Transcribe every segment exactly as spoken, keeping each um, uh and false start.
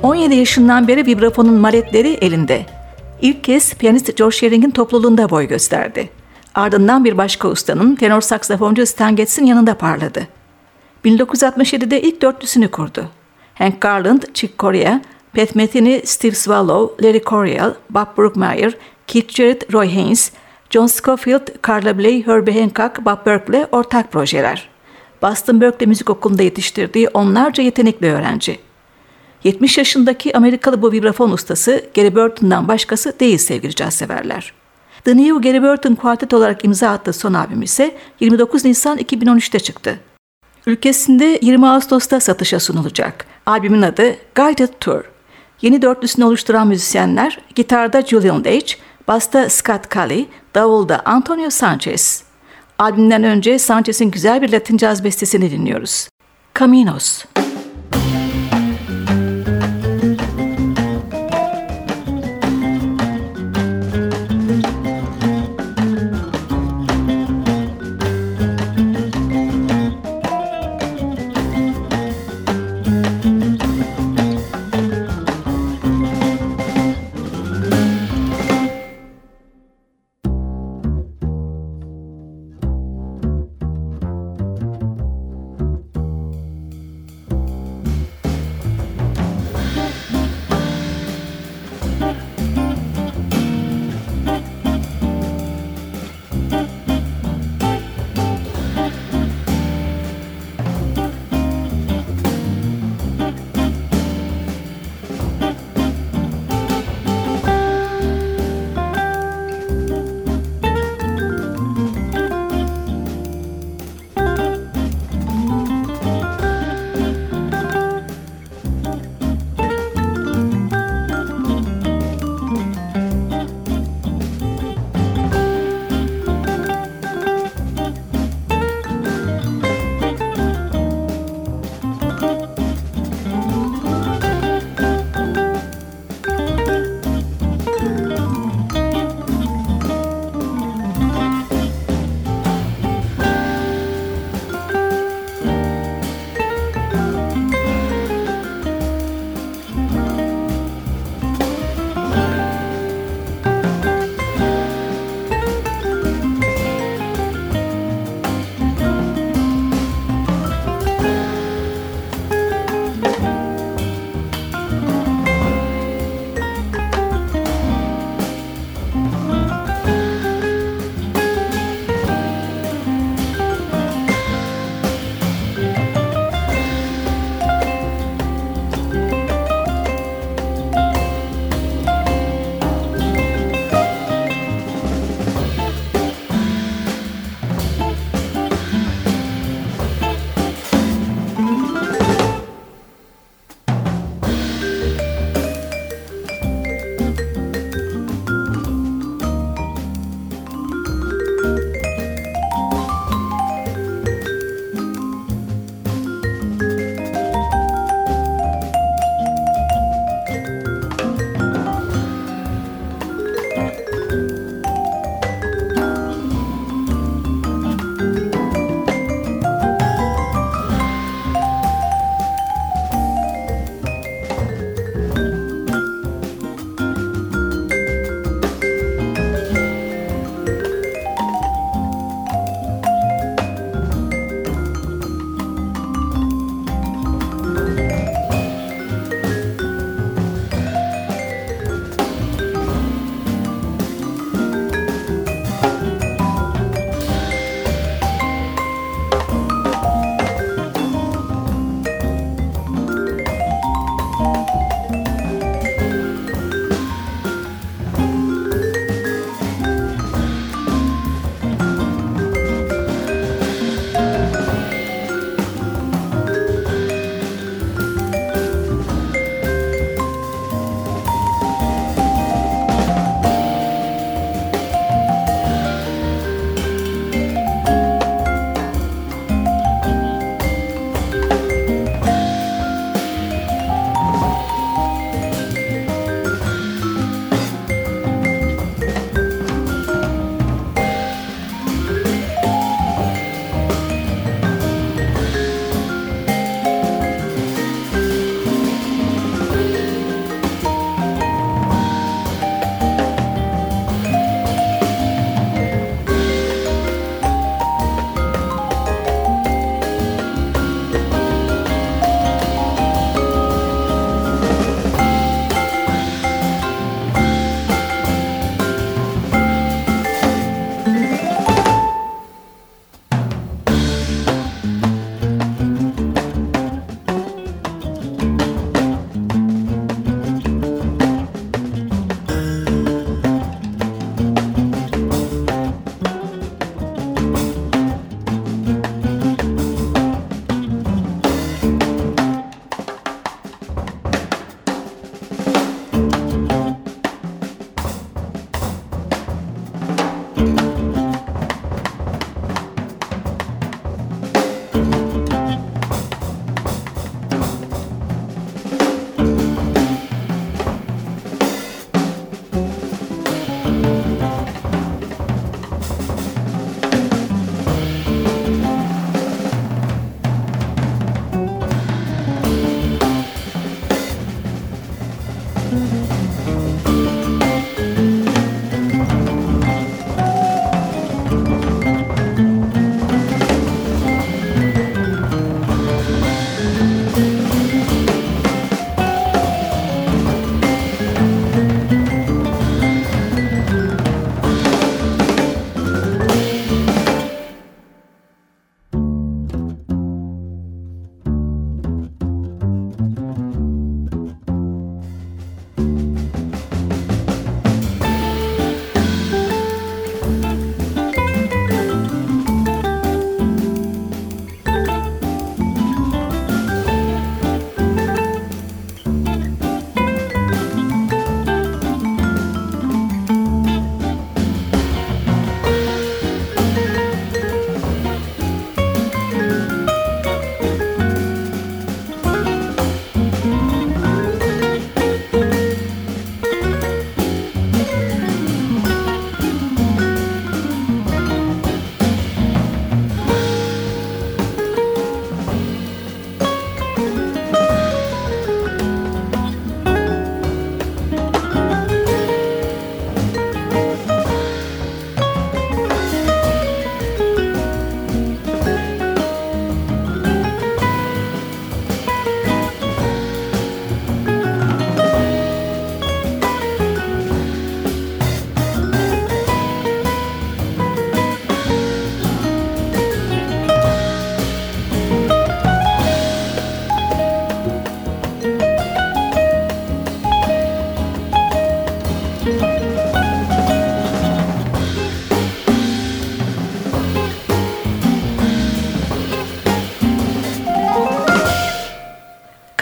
on yedi yaşından beri vibrafonun maletleri elinde. İlk kez piyanist George Shearing'in topluluğunda boy gösterdi. Ardından bir başka ustanın, tenor saksafoncu Stan Getz'in yanında parladı. bin dokuz yüz altmış yedide ilk dörtlüsünü kurdu. Hank Garland, Chick Corea, Pat Metheny, Steve Swallow, Larry Coryell, Bob Brookmeyer, Keith Jarrett, Roy Haynes, John Scofield, Carla Bley, Herbie Hancock, Bob Berkeley ortak projeler. Boston Berkeley Müzik Okulu'nda yetiştirdiği onlarca yetenekli öğrenci. yetmiş yaşındaki Amerikalı bu vibrafon ustası Gary Burton'dan başkası değil sevgili caz severler. The New Gary Burton Quartet olarak imza attığı son albüm ise yirmi dokuz Nisan iki bin on üçte çıktı. Ülkesinde yirmi Ağustos'ta satışa sunulacak. Albümün adı Guided Tour. Yeni dörtlüsünü oluşturan müzisyenler, gitarda Julian Dage, basta Scott Colley, davulda Antonio Sanchez. Albümden önce Sanchez'in güzel bir Latin caz bestesini dinliyoruz. Caminos.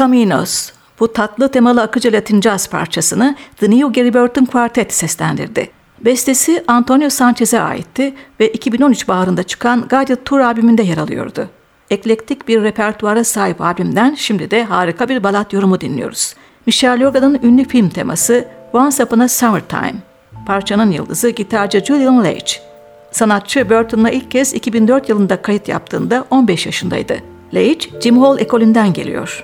Caminos. Bu tatlı temalı akıcı Latin caz parçasını The New Gary Burton Quartet seslendirdi. Bestesi Antonio Sanchez'e aitti ve iki bin on üç baharında çıkan Guided Tour albümünde yer alıyordu. Eklektik bir repertuara sahip albümden şimdi de harika bir balat yorumu dinliyoruz. Michel Legrand'ın ünlü film teması Once Upon a Summertime. Parçanın yıldızı gitarcı Julian Lage. Sanatçı Burton'la ilk kez iki bin dört yılında kayıt yaptığında on beş yaşındaydı. Lage, Jim Hall ekolünden geliyor.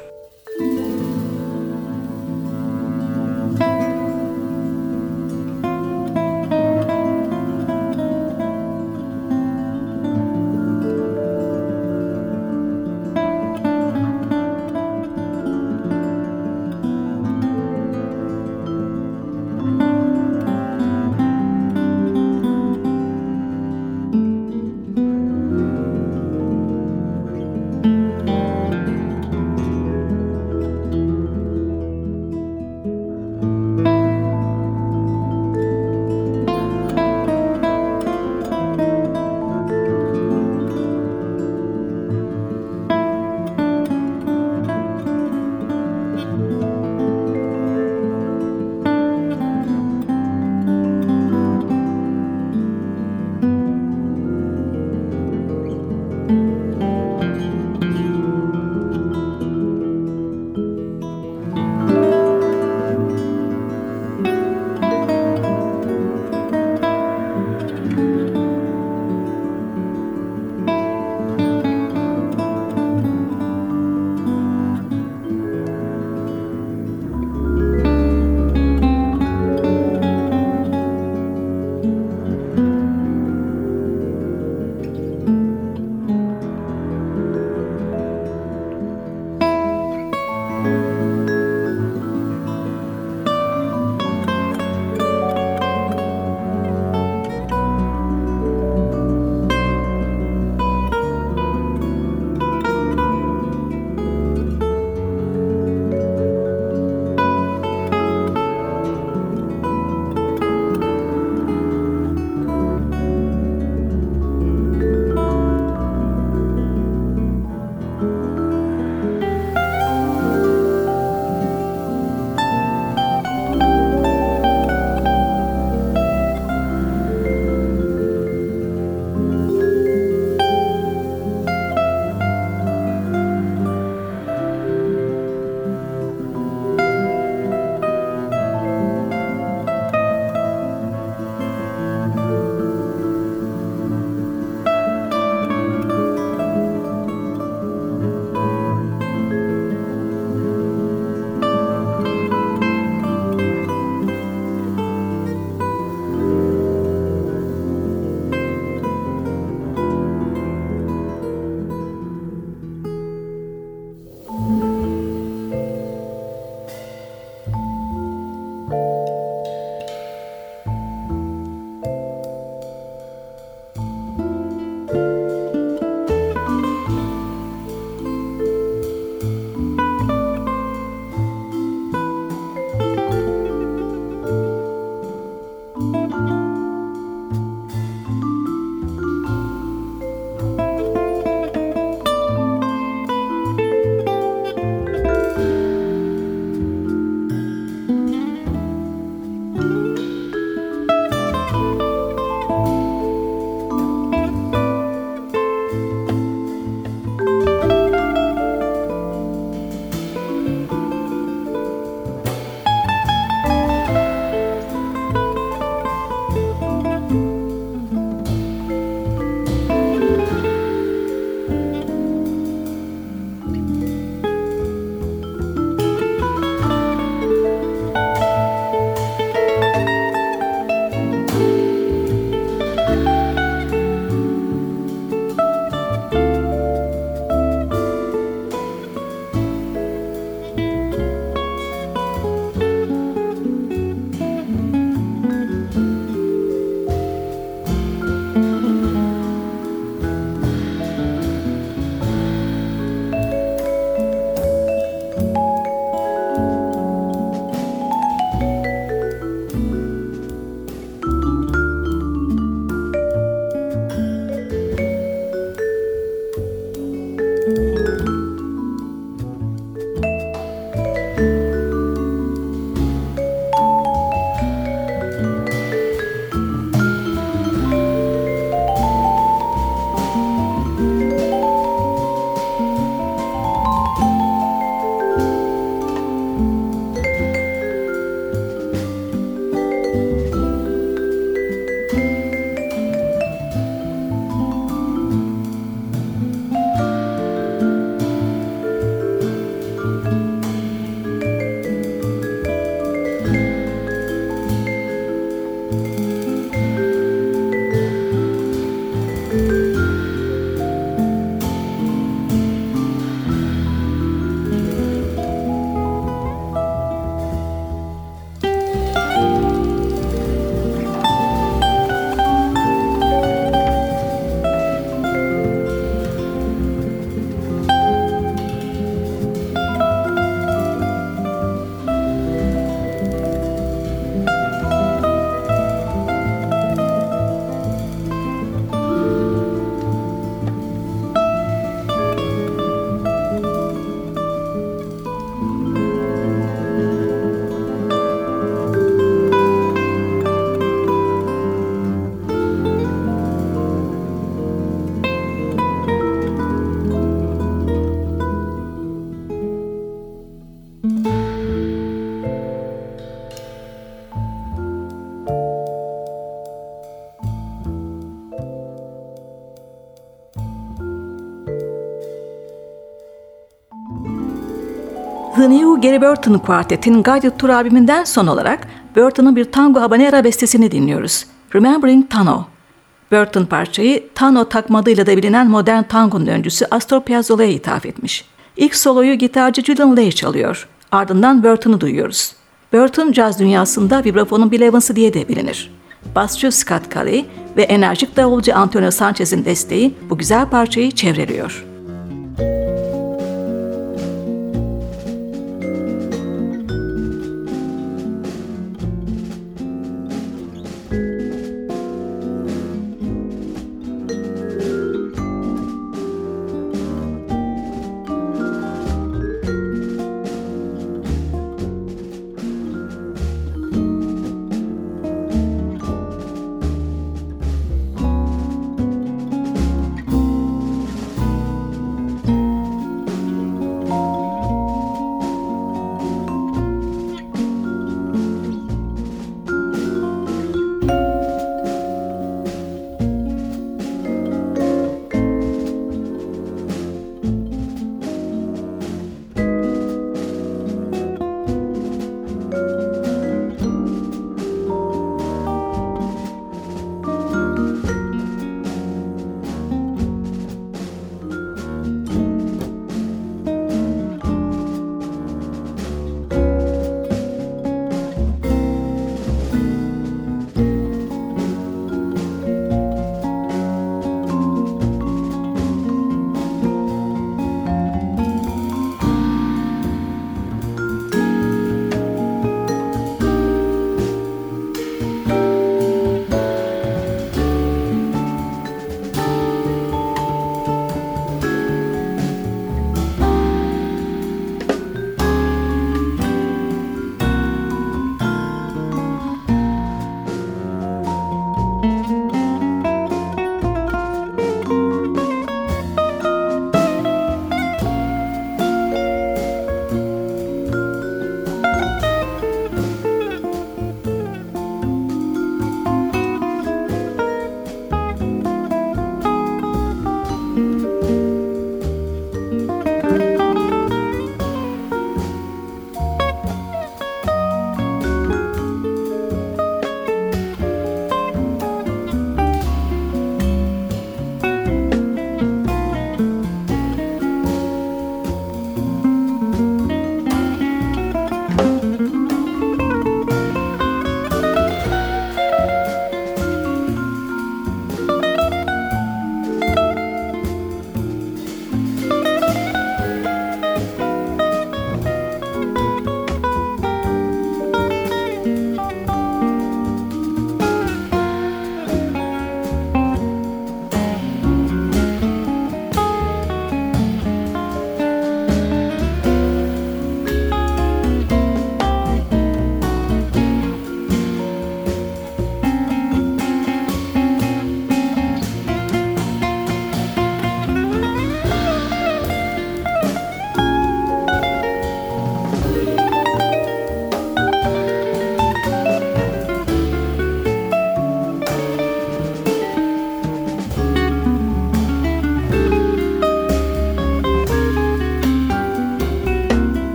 The New Gary Burton Quartet'in Guided Tour albümünden son olarak Burton'un bir tango habanera bestesini dinliyoruz. Remembering Tano. Burton parçayı Tano takmadığıyla da bilinen modern tangonun öncüsü Astor Piazzolla'ya ithaf etmiş. İlk soloyu gitarcı Julian Ley çalıyor. Ardından Burton'u duyuyoruz. Burton caz dünyasında vibrafonun Bill Evans'ı diye de bilinir. Basçı Scott Colley ve enerjik davulcu Antonio Sanchez'in desteği bu güzel parçayı çevreliyor.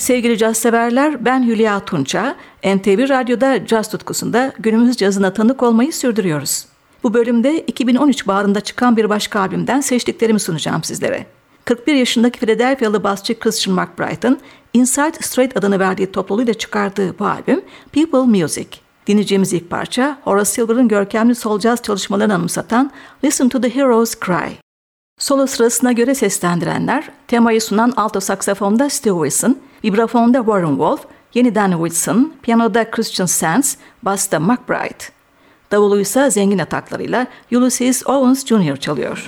Sevgili caz severler, ben Hülya Tunça. N T V Radyo'da caz tutkusunda günümüz cazına tanık olmayı sürdürüyoruz. Bu bölümde iki bin on üç baharında çıkan bir başka albümden seçtiklerimi sunacağım sizlere. kırk bir yaşındaki Philadelphia'lı basçı Christian McBride'ın Inside Straight adını verdiği topluluğuyla çıkardığı bu albüm People Music. Dinleyeceğimiz ilk parça Horace Silver'ın görkemli soul jazz çalışmalarını anımsatan Listen to the Heroes Cry. Solo sırasına göre seslendirenler, temayı sunan alto saksafonda Steve Wilson, vibrafonda Warren Wolf, yeniden Wilson, piyanoda Christian Sands, basta McBride. Davulu ise zengin ataklarıyla Ulysses Owens Junior çalıyor.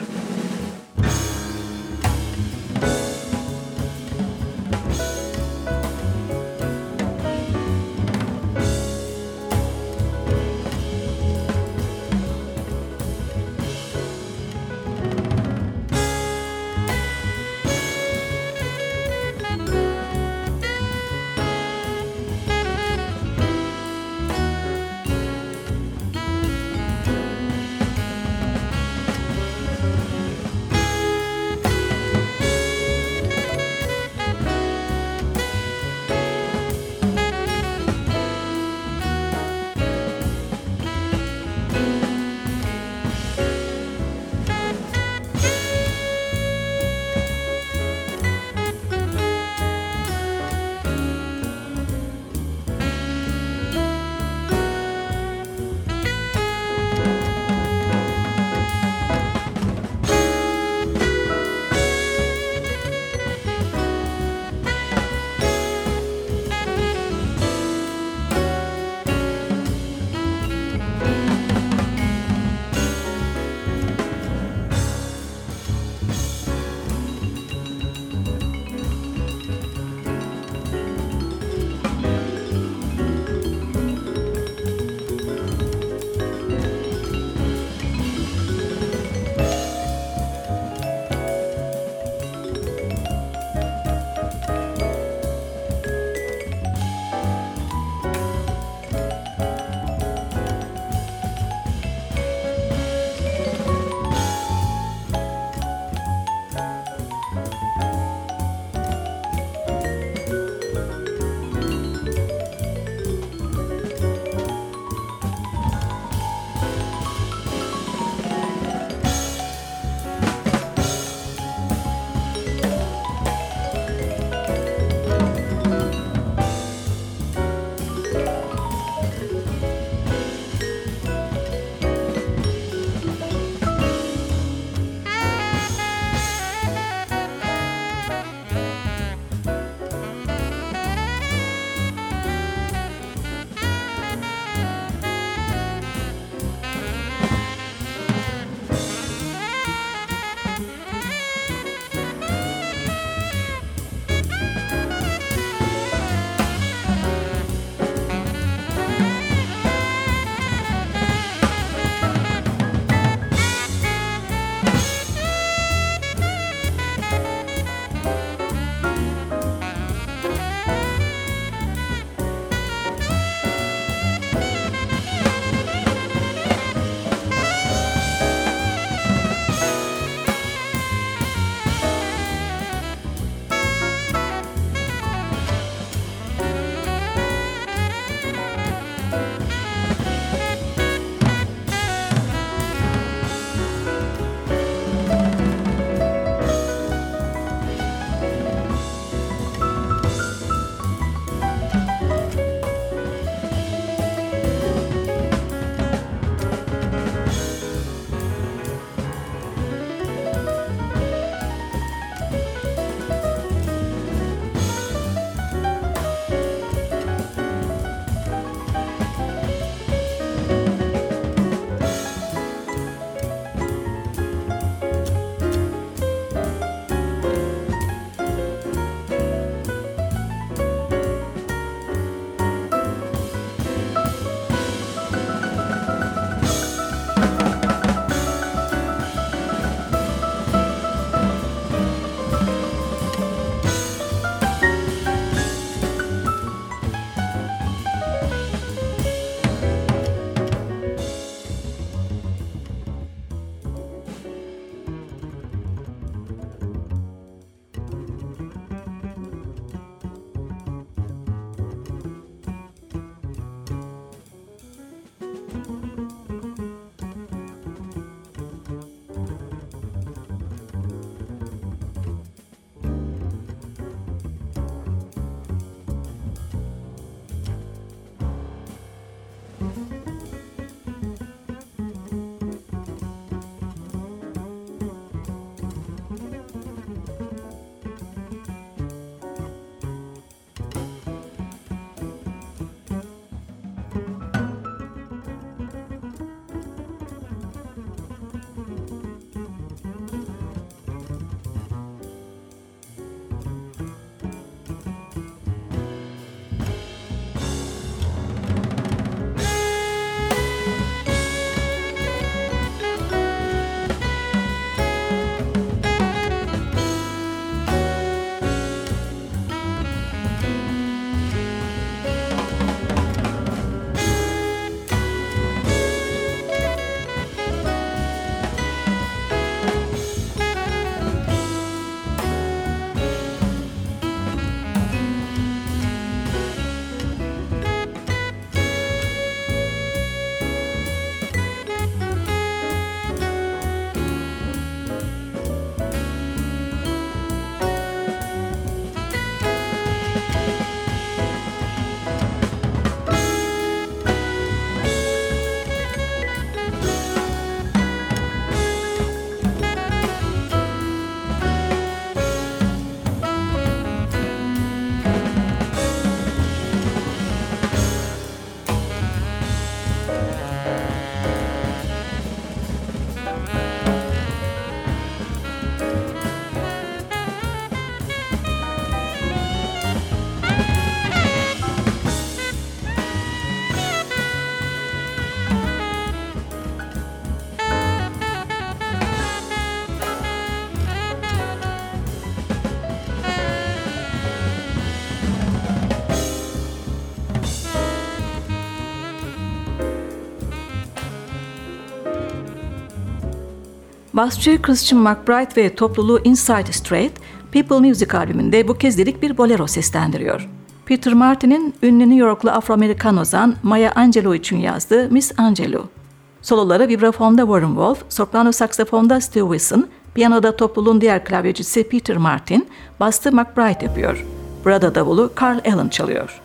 Basçı Christian McBride ve topluluğu Inside Straight, People Music albümünde bu kez lirik bir bolero seslendiriyor. Peter Martin'in ünlü New Yorklu Afro-Amerikan ozan Maya Angelou için yazdığı Miss Angelou. Soloları vibrafonda Warren Wolf, soprano saksafonda Steve Wilson, piyanoda topluluğun diğer klavyecisi Peter Martin, bastı McBride yapıyor. Burada davulu Carl Allen çalıyor.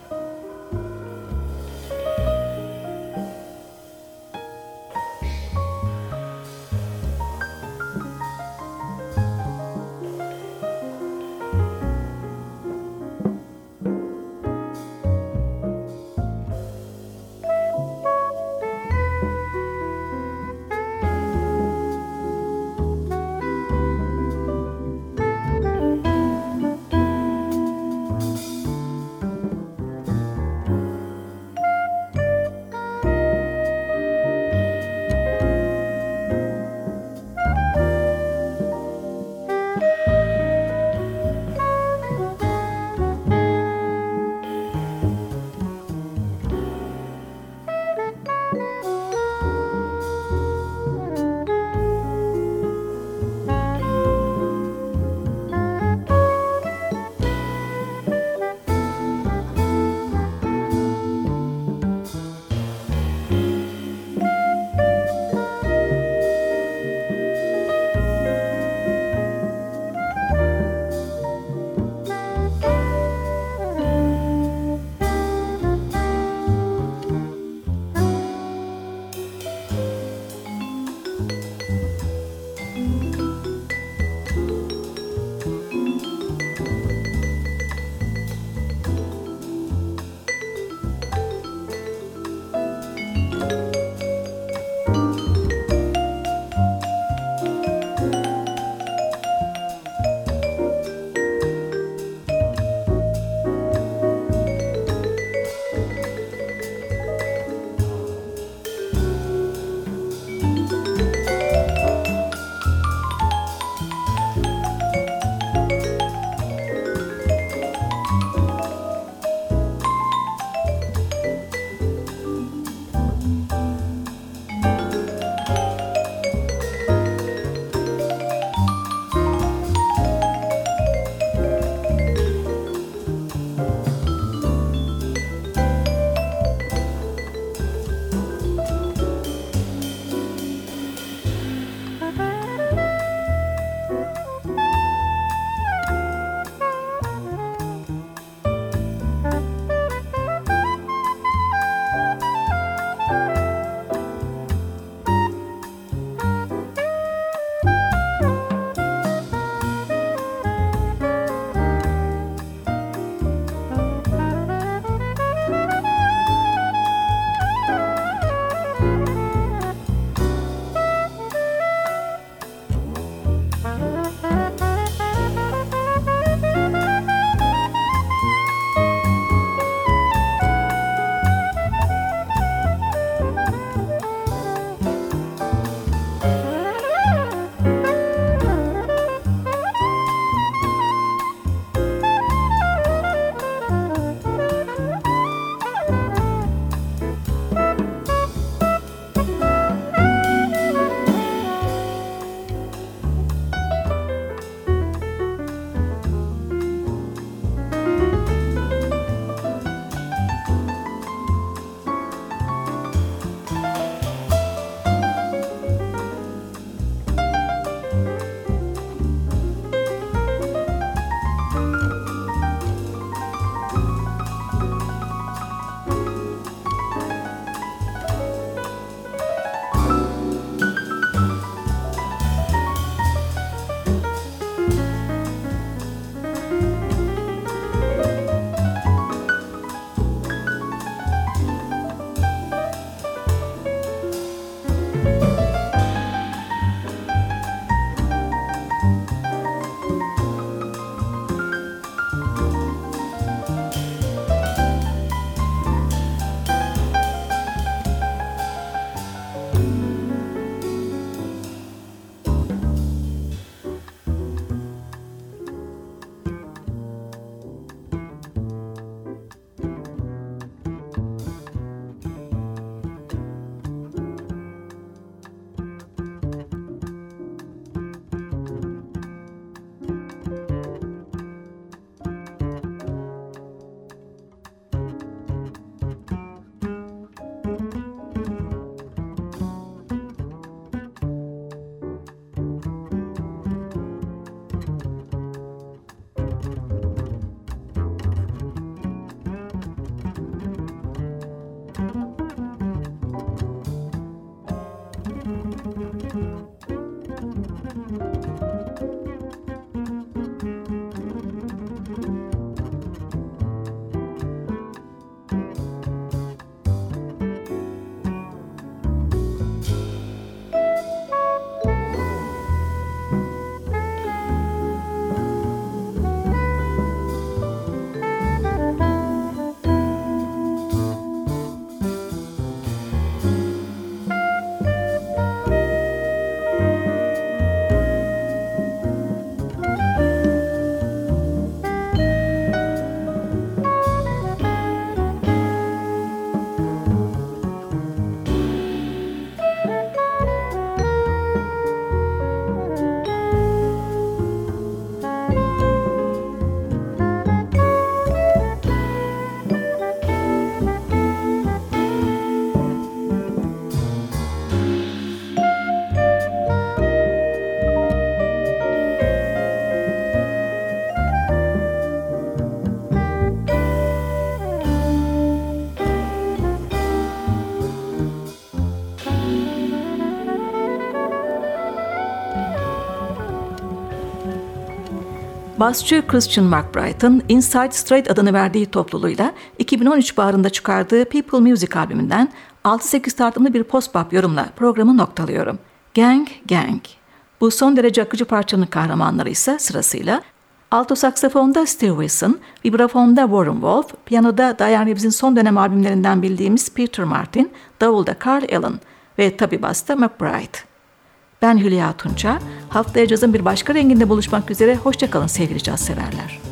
Basçı Christian McBride'ın Inside Straight adını verdiği topluluğuyla iki bin on üç baharında çıkardığı People Music albümünden altı sekiz tartımlı bir post-bop yorumla programı noktalıyorum. Gang Gang. Bu son derece akıcı parçanın kahramanları ise sırasıyla alto saksafonda Steve Wilson, vibrafonda Warren Wolf, piyanoda Diane Reeves'in son dönem albümlerinden bildiğimiz Peter Martin, davulda Carl Allen ve tabi basta McBride. Ben Hülya Tunça. Haftaya cazın bir başka renginde buluşmak üzere. Hoşça kalın sevgili caz severler.